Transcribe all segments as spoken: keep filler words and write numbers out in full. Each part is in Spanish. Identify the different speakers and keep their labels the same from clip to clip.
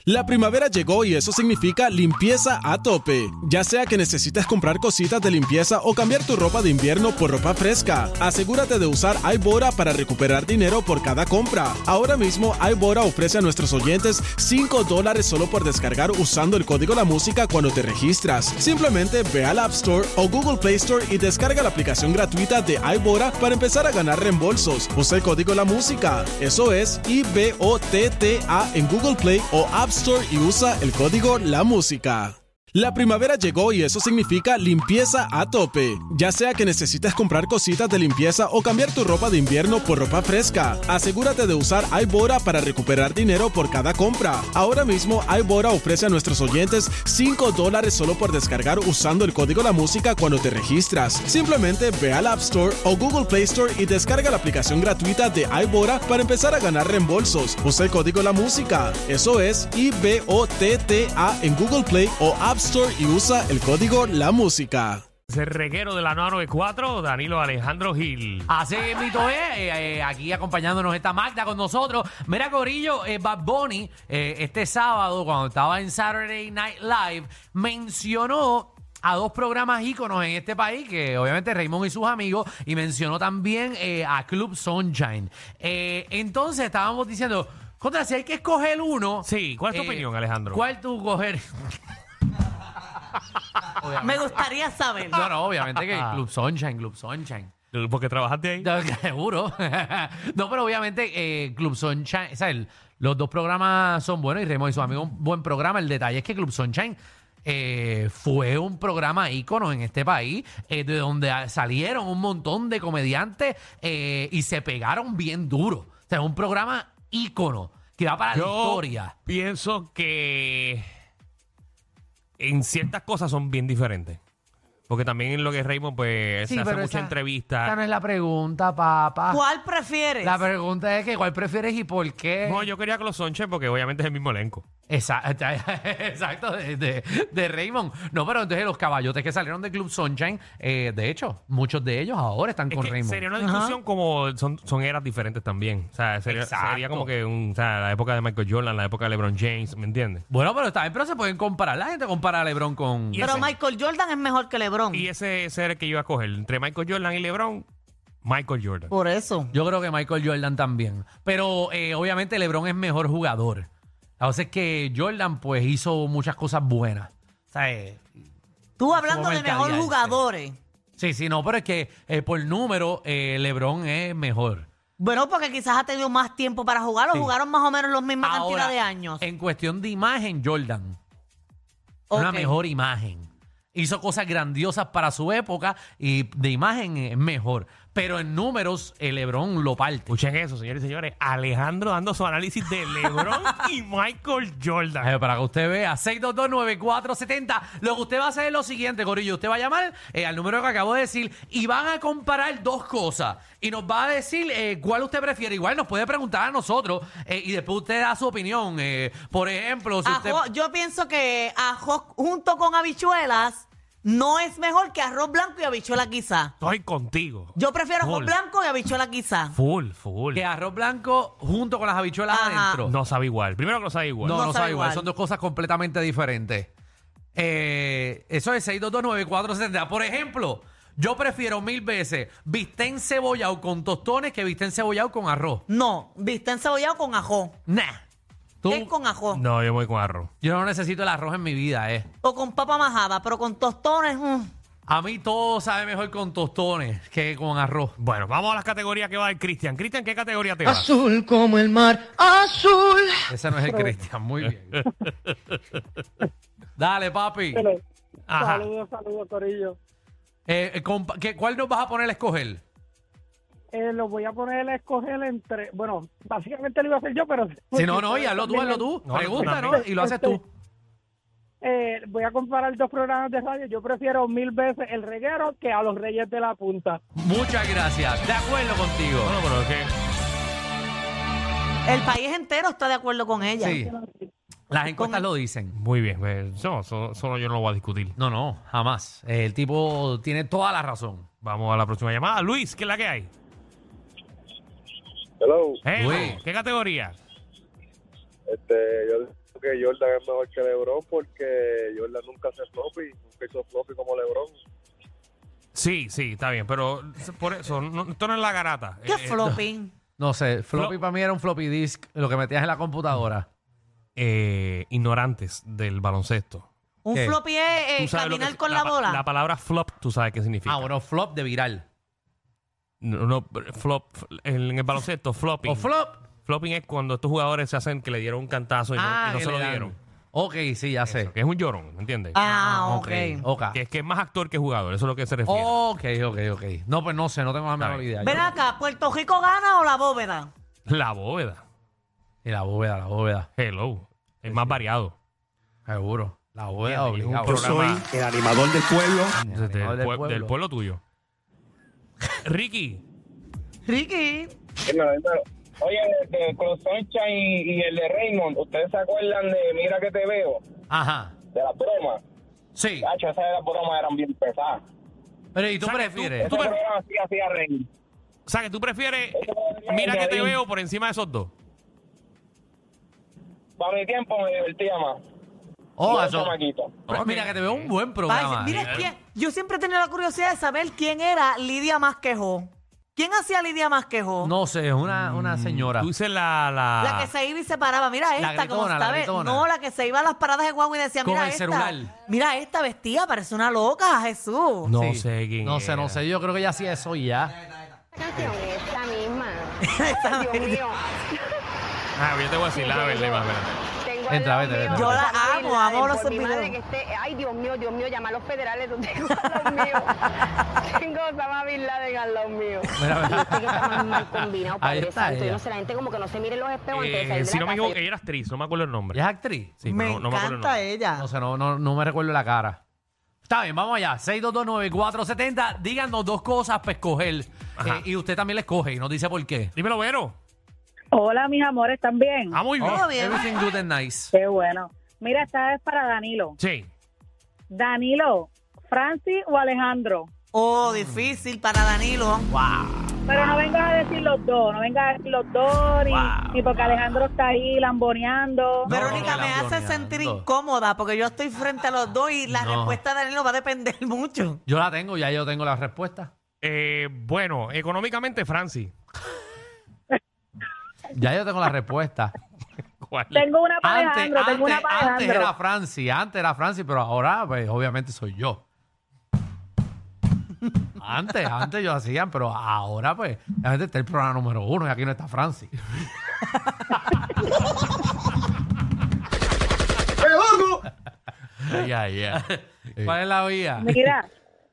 Speaker 1: La primavera llegó y eso significa limpieza a tope. Ya sea que necesites comprar cositas de limpieza o cambiar tu ropa de invierno por ropa fresca, asegúrate de usar iBora para recuperar dinero por cada compra. Ahora mismo iBora ofrece a nuestros oyentes cinco dólares solo por descargar usando el código La Música cuando te registras. Simplemente ve al App Store o Google Play Store y descarga la aplicación gratuita de iBora para empezar a ganar reembolsos. Usa el código La Música. Eso es I B O T T A en Google Play o App Store y usa el código La Música. La primavera llegó y eso significa limpieza a tope. Ya sea que necesites comprar cositas de limpieza o cambiar tu ropa de invierno por ropa fresca, asegúrate de usar iBora para recuperar dinero por cada compra. Ahora mismo iBora ofrece a nuestros oyentes cinco dólares solo por descargar usando el código La Música cuando te registras. Simplemente ve al App Store o Google Play Store y descarga la aplicación gratuita de iBora para empezar a ganar reembolsos. Usa el código La Música. Eso es I B O T T A en Google Play o App Store y usa el código La Música.
Speaker 2: El reguero de la nueve noventa y cuatro, Danilo Alejandro Gil.
Speaker 3: Así mito es, eh, eh, aquí acompañándonos está Magda con nosotros. Mira, Corillo, eh, Bad Bunny, eh, este sábado, cuando estaba en Saturday Night Live, mencionó a dos programas íconos en este país, que obviamente Raymond y sus amigos, y mencionó también eh, a Club Sunshine. Eh, entonces estábamos diciendo, contra, si hay que escoger uno...
Speaker 2: Sí, ¿cuál es tu
Speaker 3: eh,
Speaker 2: opinión, Alejandro?
Speaker 3: ¿Cuál tú coger?
Speaker 4: Me gustaría saber.
Speaker 3: No, no, obviamente que Club Sunshine, Club Sunshine.
Speaker 2: Porque trabajaste ahí.
Speaker 3: No, seguro. No, pero obviamente eh, Club Sunshine, o sea, el- los dos programas son buenos y Raymond y sus amigos un buen programa. El detalle es que Club Sunshine eh, fue un programa ícono en este país, eh, de donde a- salieron un montón de comediantes eh, y se pegaron bien duro. O sea, es un programa ícono que va para la
Speaker 2: Yo
Speaker 3: historia.
Speaker 2: pienso que en ciertas cosas son bien diferentes. Porque también en lo que es Raymond, pues,
Speaker 3: Sí,
Speaker 2: se hace
Speaker 3: pero
Speaker 2: mucha
Speaker 3: esa-
Speaker 2: entrevista.
Speaker 3: Esa no es la pregunta, papá.
Speaker 4: ¿Cuál prefieres?
Speaker 3: La pregunta es que ¿cuál prefieres y por qué?
Speaker 2: No, yo quería que los Sunshine porque obviamente es el mismo elenco.
Speaker 3: Exacto, exacto de, de, de Raymond. No, pero entonces los caballotes que salieron de Club Sunshine, eh, de hecho, muchos de ellos ahora están
Speaker 2: Es
Speaker 3: con
Speaker 2: que
Speaker 3: Raymond.
Speaker 2: sería una discusión como son, son eras diferentes también. O sea, sería,
Speaker 3: Exacto.
Speaker 2: sería como que un, o sea, la época de Michael Jordan, la época de LeBron James, ¿me entiendes?
Speaker 3: Bueno, pero está bien, pero se pueden comparar. La gente compara a LeBron con...
Speaker 2: Y
Speaker 4: Pero
Speaker 2: ese-
Speaker 4: Michael Jordan es mejor que LeBron.
Speaker 2: Y ese ser el que yo iba a coger. Entre Michael Jordan y LeBron, Michael Jordan.
Speaker 4: Por eso.
Speaker 3: Yo creo que Michael Jordan también. Pero eh, obviamente LeBron es mejor jugador. La cosa es que Jordan pues hizo muchas cosas buenas. O sea, eh,
Speaker 4: Tú hablando de
Speaker 3: mercadía
Speaker 4: mejor
Speaker 3: ese.
Speaker 4: jugadores.
Speaker 3: sí, sí, no, pero es que eh, por número eh, LeBron es mejor.
Speaker 4: Bueno, porque quizás ha tenido más tiempo para jugar o
Speaker 3: Sí.
Speaker 4: jugaron más o menos la misma
Speaker 3: Ahora,
Speaker 4: cantidad de años.
Speaker 3: En cuestión de imagen, Jordan. Una
Speaker 4: Ok.
Speaker 3: mejor imagen. Hizo cosas grandiosas para su época y de imagen es mejor. Pero en números, el LeBron lo parte.
Speaker 2: Escuchen eso, señores y señores. Alejandro dando su análisis de LeBron y Michael Jordan.
Speaker 3: Eh, para que usted vea, seis dos dos, nueve cuatro siete cero. Lo que usted va a hacer es lo siguiente, Corillo. Usted va a llamar eh, al número que acabo de decir y van a comparar dos cosas. Y nos va a decir eh, cuál usted prefiere. Igual nos puede preguntar a nosotros eh, y después usted da su opinión. Eh, por ejemplo, si usted...
Speaker 4: Ajo- yo pienso que ajo junto con habichuelas no es mejor que arroz blanco y habichuela quizá.
Speaker 2: Estoy contigo.
Speaker 4: Yo prefiero arroz
Speaker 2: Full.
Speaker 4: blanco y habichuela quizá.
Speaker 2: Full, full.
Speaker 3: Que arroz blanco junto con las habichuelas
Speaker 4: Ajá.
Speaker 3: adentro.
Speaker 2: No sabe igual. Primero que no sabe igual.
Speaker 3: No, no,
Speaker 4: No
Speaker 3: sabe
Speaker 4: sabe
Speaker 3: igual.
Speaker 4: igual.
Speaker 3: Son dos cosas completamente diferentes. Eh, eso es seis dos dos, nueve cuatro siete cero. Por ejemplo, yo prefiero mil veces bistec cebollado con tostones que bistec cebollado con arroz.
Speaker 4: No, bistec encebollado con ajo.
Speaker 3: Nah. Tú-
Speaker 4: Es con ajo.
Speaker 2: No, yo voy con arroz.
Speaker 3: Yo no necesito el arroz en mi vida, eh.
Speaker 4: O con papa majada, pero con tostones. mm.
Speaker 3: A mí todo sabe mejor con tostones que con arroz.
Speaker 2: Bueno, vamos a las categorías que va el Cristian. Cristian, ¿qué categoría te va?
Speaker 5: Azul como el mar, azul.
Speaker 3: Ese no es el Cristian, muy bien. Dale, papi.
Speaker 2: Ajá.
Speaker 6: Saludos, saludos, Corillo.
Speaker 3: Eh, eh, compa- ¿qué- ¿Cuál nos vas a poner a escoger?
Speaker 6: Eh, lo voy a poner a escoger entre. Bueno, básicamente lo iba a hacer yo, pero.
Speaker 3: Si no, no, y hazlo tú, hazlo tú.
Speaker 2: No,
Speaker 3: Pregunta,
Speaker 2: tú
Speaker 3: ¿no?
Speaker 2: también.
Speaker 3: Y lo haces tú.
Speaker 6: Eh, voy a comparar dos programas de radio. Yo prefiero mil veces el reguero que a los Reyes de la Punta.
Speaker 3: Muchas gracias. De acuerdo contigo.
Speaker 2: Bueno, pero es que
Speaker 4: El país entero está de acuerdo con ella.
Speaker 3: Sí. Las encuestas
Speaker 4: Con-
Speaker 3: lo dicen.
Speaker 2: muy bien. pues, No, eso, eso yo no lo voy a discutir.
Speaker 3: No, no, jamás. El tipo tiene toda la razón.
Speaker 2: Vamos a la próxima llamada. Luis, ¿qué es la que hay?
Speaker 7: Hello,
Speaker 2: Hey,
Speaker 3: Luis.
Speaker 2: ¿qué categoría?
Speaker 7: este, yo que Jordan es mejor que LeBron porque Jordan nunca hace floppy, nunca hizo floppy como LeBron.
Speaker 2: Sí, sí, está bien, pero por eso, no, esto no es la garata.
Speaker 4: ¿Qué
Speaker 2: Eh,
Speaker 4: flopping?
Speaker 3: No sé, floppy
Speaker 2: Flop-
Speaker 3: para mí era un floppy disk, lo que metías en la computadora.
Speaker 2: eh, ignorantes del baloncesto.
Speaker 4: Un
Speaker 3: ¿Qué?
Speaker 4: floppy es eh,
Speaker 2: Tú sabes lo
Speaker 4: caminar
Speaker 2: que-
Speaker 4: con la,
Speaker 2: pa-
Speaker 4: bola.
Speaker 2: La palabra flop, tú sabes qué significa.
Speaker 3: Ah, bueno, flop de viral.
Speaker 2: No, no, flop, en el baloncesto, flopping.
Speaker 3: O flop.
Speaker 2: Flopping es cuando estos jugadores se hacen que le dieron un cantazo y no,
Speaker 3: Ah,
Speaker 2: y no
Speaker 3: que
Speaker 2: se
Speaker 3: le
Speaker 2: lo
Speaker 3: dan.
Speaker 2: dieron.
Speaker 3: Ok, sí, ya sé.
Speaker 2: Eso, que es un llorón, ¿me entiendes?
Speaker 4: Ah, ok.
Speaker 3: Ok.
Speaker 2: Que es que es más actor que jugador, eso es lo que se refiere.
Speaker 3: Ok, ok, ok. No, pues no sé, no tengo la menor
Speaker 2: bien.
Speaker 3: idea.
Speaker 4: Ven
Speaker 3: Yo-
Speaker 4: acá, ¿Puerto Rico gana o la bóveda?
Speaker 2: La bóveda.
Speaker 3: Y la bóveda, la bóveda.
Speaker 2: Hello. Es más variado.
Speaker 3: Seguro. La bóveda
Speaker 2: Es un
Speaker 3: obligado.
Speaker 2: programa
Speaker 8: el animador del pueblo.
Speaker 2: del,
Speaker 3: Animador del
Speaker 2: pue-
Speaker 3: pueblo.
Speaker 2: del pueblo tuyo. Ricky.
Speaker 4: Ricky.
Speaker 7: Oye, de Cruz Sunshine y, y el de Raymond, ¿ustedes se acuerdan de Mira que te veo?
Speaker 3: Ajá.
Speaker 7: De las bromas.
Speaker 3: Sí.
Speaker 7: Hacho, esas de las bromas eran bien pesadas.
Speaker 3: Pero ¿y tú
Speaker 2: O sea, que
Speaker 3: prefieres?
Speaker 2: tú-
Speaker 7: Ese programa sí hacía reír.
Speaker 2: O sea, que tú prefieres
Speaker 7: Eso podría
Speaker 2: Mira que te
Speaker 7: añadir.
Speaker 2: veo por encima de esos dos.
Speaker 7: Para mi tiempo me divertía más.
Speaker 3: Oh,
Speaker 7: Yo,
Speaker 3: eso.
Speaker 7: chamaquito.
Speaker 2: Ok.
Speaker 3: Mira que te veo un buen
Speaker 4: Ay,
Speaker 3: programa.
Speaker 4: mira, quién- yo siempre he tenido la curiosidad de saber quién era Lidia Masquejó. ¿Quién hacía Lidia Masquejó?
Speaker 3: No sé, es una, una señora.
Speaker 2: Tú dices la... la...
Speaker 4: La que se iba y se paraba. Mira
Speaker 3: La
Speaker 4: esta, como
Speaker 3: gritona,
Speaker 4: está.
Speaker 3: la
Speaker 4: ve-
Speaker 3: gritona.
Speaker 4: No, la que se iba a las paradas de guagua y decía,
Speaker 3: Con
Speaker 4: mira
Speaker 3: el
Speaker 4: esta.
Speaker 3: celular.
Speaker 4: Mira esta vestida, parece una loca, Jesús.
Speaker 2: No
Speaker 3: Sí.
Speaker 2: sé quién
Speaker 3: No sé, no
Speaker 2: era.
Speaker 3: sé. Yo creo que ella hacía eso y ya.
Speaker 9: canción es la misma.
Speaker 4: Esta
Speaker 9: Dios
Speaker 4: bella.
Speaker 9: mío.
Speaker 2: Ah, yo te voy a decir la verdad, más verdad.
Speaker 9: Tengo
Speaker 3: Entra,
Speaker 9: al lado
Speaker 3: vete,
Speaker 9: mío
Speaker 3: vete,
Speaker 4: Yo
Speaker 3: vete.
Speaker 4: la
Speaker 9: Osama
Speaker 4: amo,
Speaker 9: Bin Laden,
Speaker 4: amo los
Speaker 9: por mi
Speaker 4: videos.
Speaker 9: madre que esté, ay, Dios mío, Dios mío, llama a los federales, tú tengo a los míos. Tengo a Osama Bin Laden al lado mío.
Speaker 3: Mira, mira.
Speaker 9: Y usted que está más mal combinado,
Speaker 3: Ahí
Speaker 9: Padre
Speaker 3: está
Speaker 9: Santo. Yo
Speaker 3: ella.
Speaker 9: no sé, la gente como que no se mire en los espejos antes de
Speaker 2: Eh,
Speaker 9: salir de
Speaker 2: si
Speaker 9: la
Speaker 2: no me
Speaker 9: casa.
Speaker 2: equivoco, ella era actriz, no me acuerdo el nombre.
Speaker 3: ¿Ella es actriz?
Speaker 2: Sí,
Speaker 4: me
Speaker 2: pero no, no me acuerdo el
Speaker 4: encanta
Speaker 2: nombre.
Speaker 4: ella.
Speaker 3: No sé, no, no, no me recuerdo la cara. Está bien, vamos allá. seis dos dos nueve cuatro siete cero. Díganos dos cosas para escoger.
Speaker 2: Ajá.
Speaker 3: Eh, y usted también le escoge y nos dice por qué.
Speaker 2: Dímelo, Vero.
Speaker 6: Hola, mis amores, ¿están bien?
Speaker 2: Ah, muy bien.
Speaker 4: Todo bien.
Speaker 3: Everything good and nice.
Speaker 6: Qué bueno. Mira, esta es para Danilo.
Speaker 2: Sí.
Speaker 6: Danilo, Francis o Alejandro.
Speaker 4: Oh, difícil para Danilo.
Speaker 6: Pero no vengas a decir los dos, no vengas a decir los dos, ni,
Speaker 3: Wow,
Speaker 6: ni porque Alejandro está ahí lamboneando.
Speaker 3: No,
Speaker 4: Verónica,
Speaker 3: no,
Speaker 4: me hace
Speaker 3: lamboneando.
Speaker 4: sentir incómoda porque yo estoy frente a los dos y la
Speaker 3: No.
Speaker 4: respuesta de Danilo va a depender mucho.
Speaker 3: Yo la tengo, ya yo tengo la respuesta.
Speaker 2: Eh, bueno, económicamente, Francis.
Speaker 3: Ya yo tengo la respuesta.
Speaker 2: ¿Cuál?
Speaker 6: Tengo una para
Speaker 3: Antes,
Speaker 6: Alejandro, tengo una
Speaker 3: antes,
Speaker 6: para
Speaker 3: antes
Speaker 6: Alejandro.
Speaker 3: era Franci, antes era Franci, pero ahora, pues, obviamente soy yo. Antes, antes yo hacían, pero ahora, pues, obviamente está el programa número uno y aquí no está Franci.
Speaker 2: Ya, ya.
Speaker 3: ¿Cuál es la vía?
Speaker 6: Mira,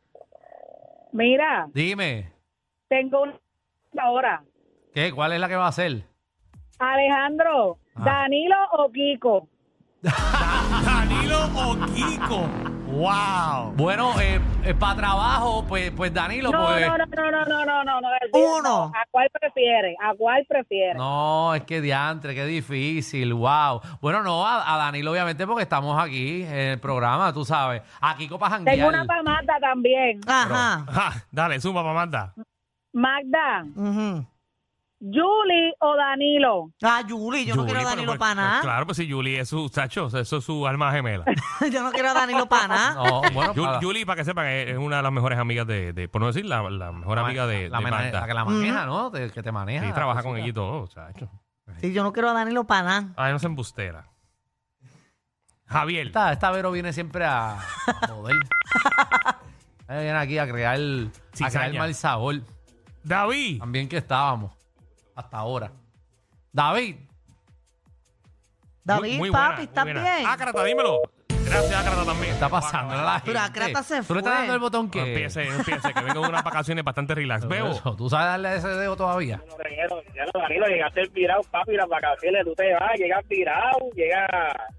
Speaker 6: mira,
Speaker 3: Dime,
Speaker 6: tengo una ahora.
Speaker 3: ¿qué? ¿Cuál es la que va a ser?
Speaker 6: Alejandro,
Speaker 3: Ah.
Speaker 6: Danilo o Kiko.
Speaker 2: Danilo o Kiko. Wow.
Speaker 3: Bueno, eh, para trabajo, pues, pues Danilo,
Speaker 6: No,
Speaker 3: pues.
Speaker 6: no, no, no, no, no, no, no, no.
Speaker 4: Uno.
Speaker 6: no. ¿A cuál prefiere? ¿A cuál prefiere?
Speaker 3: No, es que diantre, qué difícil, wow. Bueno, no, a, a Danilo obviamente porque estamos aquí en el programa, tú sabes. A Kiko para janguear.
Speaker 6: Tengo una para Magda también.
Speaker 4: Ajá.
Speaker 2: Ajá, dale, suma, papá, manda.
Speaker 6: Magda,
Speaker 4: Ujú.
Speaker 6: Julie o Danilo.
Speaker 4: Ah, Yuli, yo no
Speaker 2: Yuli,
Speaker 4: quiero a
Speaker 2: pero,
Speaker 4: Danilo
Speaker 2: pues,
Speaker 4: para
Speaker 2: pues,
Speaker 4: nada.
Speaker 2: Claro, pues si Julie es su, Sacho, eso es su alma gemela.
Speaker 4: Yo no quiero a Danilo para nada.
Speaker 3: No, bueno,
Speaker 2: Yu-
Speaker 3: para-
Speaker 2: Julie, para que sepan, es una de las mejores amigas de, de por no decir, la, la mejor amiga de,
Speaker 3: la,
Speaker 2: de
Speaker 3: mena-
Speaker 2: Magda.
Speaker 3: la que la maneja, ¿no? Te- que te maneja.
Speaker 2: Sí, trabaja con
Speaker 3: cosita.
Speaker 2: ella y todo, Sacho.
Speaker 4: Sí, yo no quiero a Danilo para nada.
Speaker 2: Ay, no se embustera. Javier.
Speaker 3: Esta, esta Vero viene siempre a, a joder. Ella viene aquí a crear, a crear
Speaker 2: Cizaña.
Speaker 3: mal sabor.
Speaker 2: David.
Speaker 3: También que estábamos. Hasta ahora. David.
Speaker 4: David,
Speaker 2: Muy- muy
Speaker 4: papi,
Speaker 2: buena,
Speaker 4: ¿estás
Speaker 2: muy buena.
Speaker 4: bien?
Speaker 2: Ácrata, dímelo. Gracias, Ácrata, también.
Speaker 3: ¿Qué está pasando? La
Speaker 4: Pero
Speaker 3: gente.
Speaker 4: Ácrata se
Speaker 3: ¿Tú le estás
Speaker 4: fue.
Speaker 3: dando el botón
Speaker 2: No
Speaker 3: que
Speaker 2: empiece, no empiece, que vengo de unas vacaciones bastante relax. Veo.
Speaker 3: ¿Tú sabes darle ese dedo todavía?
Speaker 7: Ya lo, Danilo, llegaste virado, papi, las vacaciones, tú te vas, llegas virado, llegas...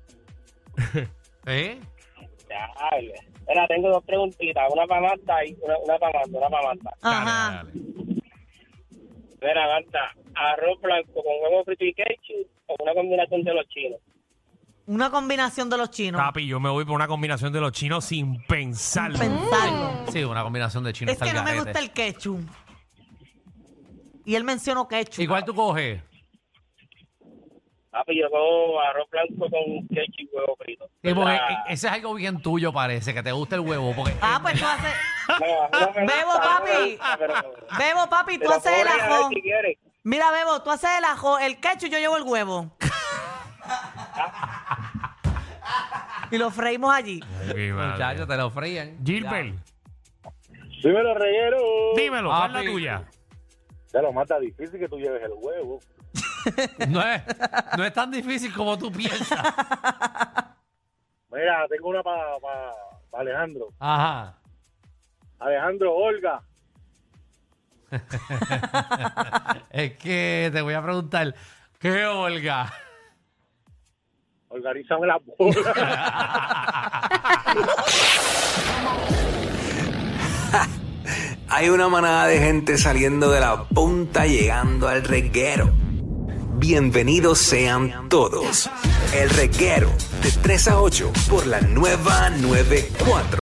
Speaker 3: ¿Sí?
Speaker 7: Ya, mira, tengo dos preguntitas, una para Marta y una, una para Marta, una para Marta.
Speaker 4: Ajá.
Speaker 2: Dale, dale.
Speaker 7: Mira, Marta, arroz blanco con huevo frito y ketchup o una combinación de los chinos.
Speaker 4: Una combinación de los chinos.
Speaker 2: Papi, yo me voy por una combinación de los chinos sin pensarlo.
Speaker 4: Pensarlo.
Speaker 3: Sí, una combinación de chino
Speaker 4: Es que no me gusta el ketchup. Y él mencionó ketchup.
Speaker 3: ¿Y cuál tú coges?
Speaker 7: Papi, yo como arroz blanco con ketchup y huevo frito.
Speaker 3: Sí, porque
Speaker 7: ¿Verdad?
Speaker 3: ese es algo bien tuyo, parece, que te gusta el huevo. Porque
Speaker 4: Ah, pues tú haces...
Speaker 7: No, no me
Speaker 4: Bebo,
Speaker 7: gusta, no me
Speaker 4: papi.
Speaker 7: gusta, pero-
Speaker 4: Bebo, papi,
Speaker 7: te
Speaker 4: tú
Speaker 7: lo
Speaker 4: haces
Speaker 7: puedo
Speaker 4: el
Speaker 7: regalar
Speaker 4: ajo.
Speaker 7: si quieres.
Speaker 4: Mira, Bebo, tú haces el ajo, el ketchup, yo llevo el huevo. Y lo freímos allí.
Speaker 2: Ay, madre.
Speaker 3: muchachos, te lo frían.
Speaker 2: Gilbert,
Speaker 8: Dímelo, reguero.
Speaker 2: dímelo, ¿cuál es la
Speaker 3: Papi.
Speaker 2: tuya?
Speaker 8: Ya lo mata difícil que tú lleves el huevo.
Speaker 3: No es, no es tan difícil como tú piensas.
Speaker 8: Mira, tengo una para pa, pa Alejandro.
Speaker 3: Ajá.
Speaker 8: Alejandro, Olga.
Speaker 3: Es que te voy a preguntar, ¿qué Olga?
Speaker 8: Organízame la bola.
Speaker 10: Hay una manada de gente saliendo de la punta llegando al reguero. Bienvenidos sean todos. El reguero de tres a ocho por la nueva noventa y cuatro.